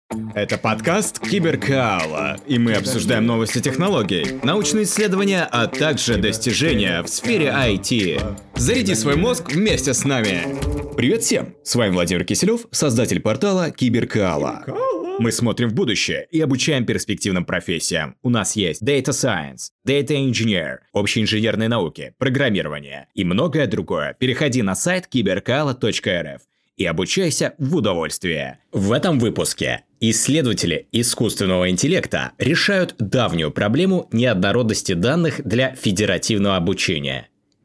Это подкаст Киберкаала, и мы обсуждаем новости технологий, научные исследования, а также достижения в сфере IT. Заряди свой мозг вместе с нами. Привет всем! С вами Владимир Киселев, создатель портала Киберкаала. Мы смотрим в будущее и обучаем перспективным профессиям. У нас есть Data Science, Data Engineer, общие инженерные науки, программирование и многое другое. Переходи на сайт kiberkaala.rf и обучайся в удовольствие. В этом выпуске исследователи искусственного интеллекта решают давнюю проблему неоднородности данных для федеративного обучения.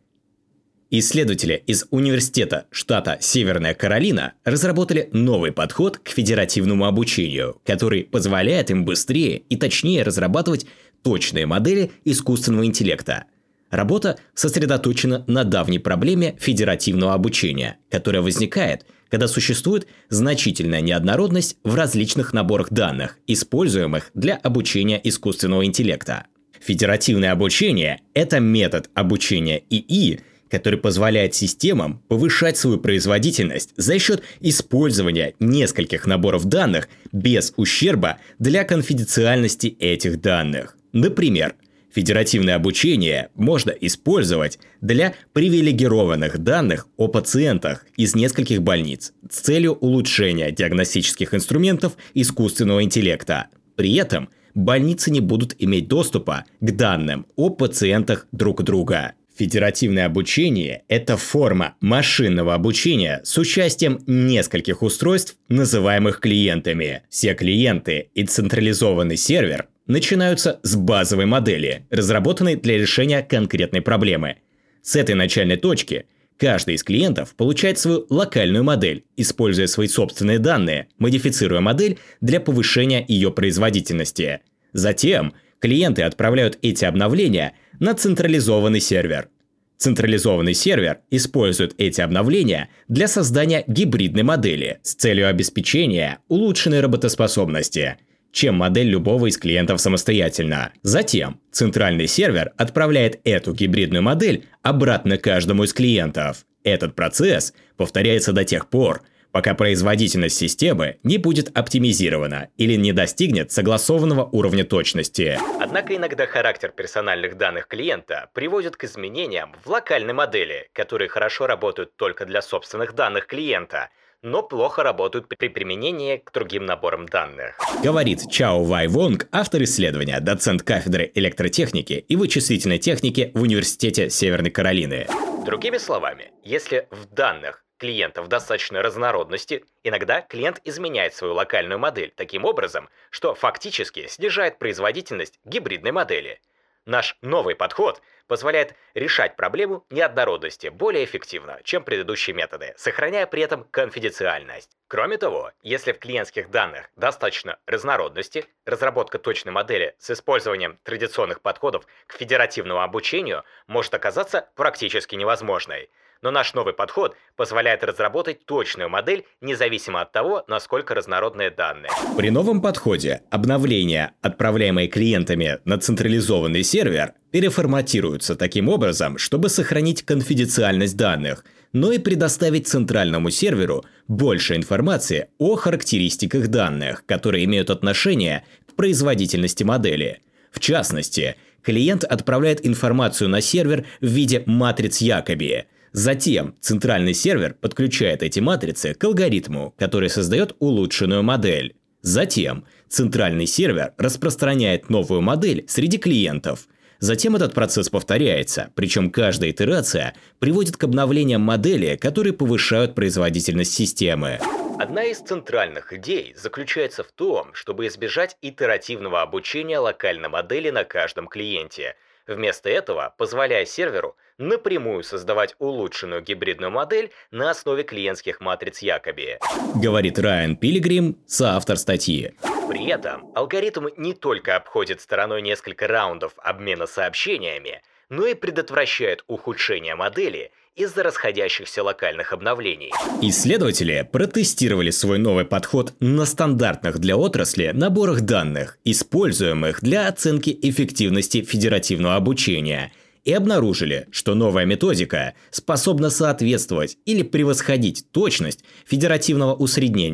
Исследователи из университета штата Северная Каролина разработали новый подход к федеративному обучению, который позволяет им быстрее и точнее разрабатывать точные модели искусственного интеллекта. Работа сосредоточена на давней проблеме федеративного обучения, которая возникает, когда существует значительная неоднородность в различных наборах данных, используемых для обучения искусственного интеллекта. Федеративное обучение – это метод обучения ИИ, который позволяет системам повышать свою производительность за счет использования нескольких наборов данных без ущерба для конфиденциальности этих данных. Например, федеративное обучение можно использовать для привилегированных данных о пациентах из нескольких больниц с целью улучшения диагностических инструментов искусственного интеллекта. При этом больницы не будут иметь доступа к данным о пациентах друг друга. Федеративное обучение – это форма машинного обучения с участием нескольких устройств, называемых клиентами. Все клиенты и централизованный сервер начинаются с базовой модели, разработанной для решения конкретной проблемы. С этой начальной точки каждый из клиентов получает свою локальную модель, используя свои собственные данные, модифицируя модель для повышения ее производительности. Затем клиенты отправляют эти обновления на централизованный сервер. Централизованный сервер использует эти обновления для создания гибридной модели с целью обеспечения улучшенной работоспособности, чем модель любого из клиентов самостоятельно. Затем центральный сервер отправляет эту гибридную модель обратно каждому из клиентов. Этот процесс повторяется до тех пор, пока производительность системы не будет оптимизирована или не достигнет согласованного уровня точности. Однако иногда характер персональных данных клиента приводит к изменениям в локальной модели, которые хорошо работают только для собственных данных клиента, но плохо работают при применении к другим наборам данных. Говорит Чао Вай Вонг, автор исследования, доцент кафедры электротехники и вычислительной техники в Университете Северной Каролины. Другими словами, если в данных клиентов достаточно разнородности, иногда клиент изменяет свою локальную модель таким образом, что фактически снижает производительность гибридной модели. Наш новый подход позволяет решать проблему неоднородности более эффективно, чем предыдущие методы, сохраняя при этом конфиденциальность. Кроме того, если в клиентских данных достаточно разнородности, разработка точной модели с использованием традиционных подходов к федеративному обучению может оказаться практически невозможной. Но наш новый подход позволяет разработать точную модель, независимо от того, насколько разнородные данные. При новом подходе обновления, отправляемые клиентами на централизованный сервер, переформатируются таким образом, чтобы сохранить конфиденциальность данных, но и предоставить центральному серверу больше информации о характеристиках данных, которые имеют отношение к производительности модели. В частности, клиент отправляет информацию на сервер в виде матриц Якоби. Затем центральный сервер подключает эти матрицы к алгоритму, который создает улучшенную модель. Затем центральный сервер распространяет новую модель среди клиентов. Затем этот процесс повторяется, причем каждая итерация приводит к обновлениям модели, которые повышают производительность системы. Одна из центральных идей заключается в том, чтобы избежать итеративного обучения локальной модели на каждом клиенте. Вместо этого позволяя серверу напрямую создавать улучшенную гибридную модель на основе клиентских матриц Якоби. Говорит Райан Пилигрим, соавтор статьи. При этом алгоритм не только обходит стороной несколько раундов обмена сообщениями, но и предотвращает ухудшение модели из-за расходящихся локальных обновлений. Исследователи протестировали свой новый подход на стандартных для отрасли наборах данных, используемых для оценки эффективности федеративного обучения, и обнаружили, что новая методика способна соответствовать или превосходить точность федеративного усреднения,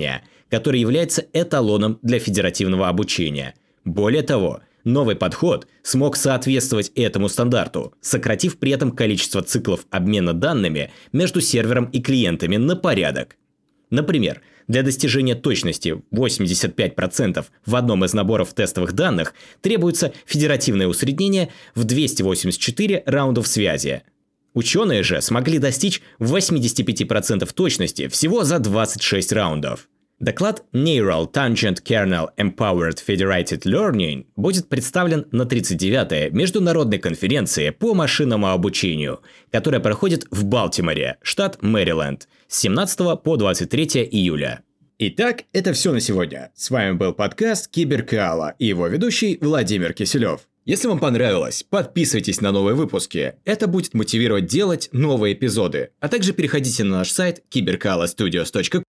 который является эталоном для федеративного обучения. Более того, новый подход смог соответствовать этому стандарту, сократив при этом количество циклов обмена данными между сервером и клиентами на порядок. Например, для достижения точности 85% в одном из наборов тестовых данных требуется федеративное усреднение в 284 раундов связи. Ученые же смогли достичь 85% точности всего за 26 раундов. Доклад Neural Tangent Kernel Empowered Federated Learning будет представлен на 39-й международной конференции по машинному обучению, которая проходит в Балтиморе, штат Мэриленд, с 17 по 23 июля. Итак, это все на сегодня. С вами был подкаст Киберкаала и его ведущий Владимир Киселев. Если вам понравилось, подписывайтесь на новые выпуски. Это будет мотивировать делать новые эпизоды. А также переходите на наш сайт cyberkalastudios.com